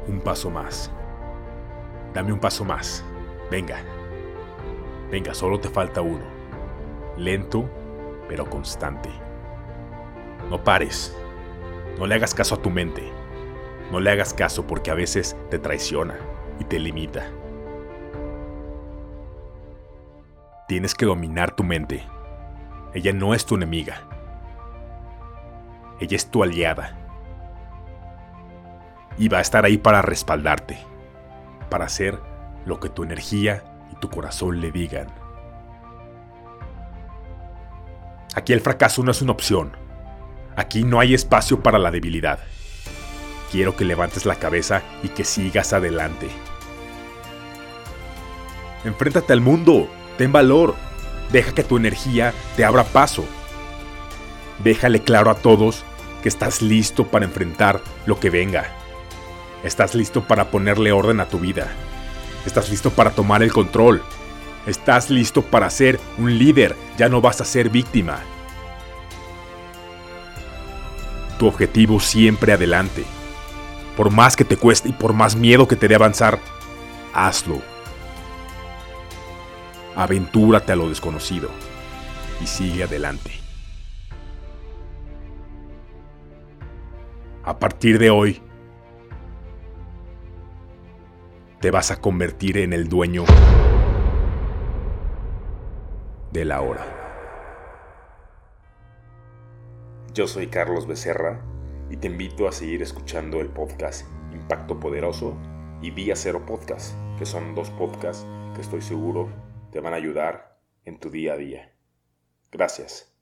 Un paso más. Dame un paso más. Venga. Venga, solo te falta uno. Lento, pero constante. No pares. No le hagas caso a tu mente. No le hagas caso porque a veces te traiciona y te limita. Tienes que dominar tu mente. Ella no es tu enemiga. Ella es tu aliada. Y va a estar ahí para respaldarte, para hacer lo que tu energía y tu corazón le digan. Aquí el fracaso no es una opción. Aquí no hay espacio para la debilidad. Quiero que levantes la cabeza y que sigas adelante. Enfréntate al mundo. Ten valor. Deja que tu energía te abra paso. Déjale claro a todos que estás listo para enfrentar lo que venga. Estás listo para ponerle orden a tu vida. Estás listo para tomar el control. Estás listo para ser un líder. Ya no vas a ser víctima. Tu objetivo siempre adelante. Por más que te cueste y por más miedo que te dé avanzar, hazlo. Aventúrate a lo desconocido y sigue adelante. A partir de hoy, te vas a convertir en el dueño de la hora. Yo soy Carlos Becerra y te invito a seguir escuchando el podcast Impacto Poderoso y Vía Cero Podcast, que son 2 podcasts que estoy seguro te van a ayudar en tu día a día. Gracias.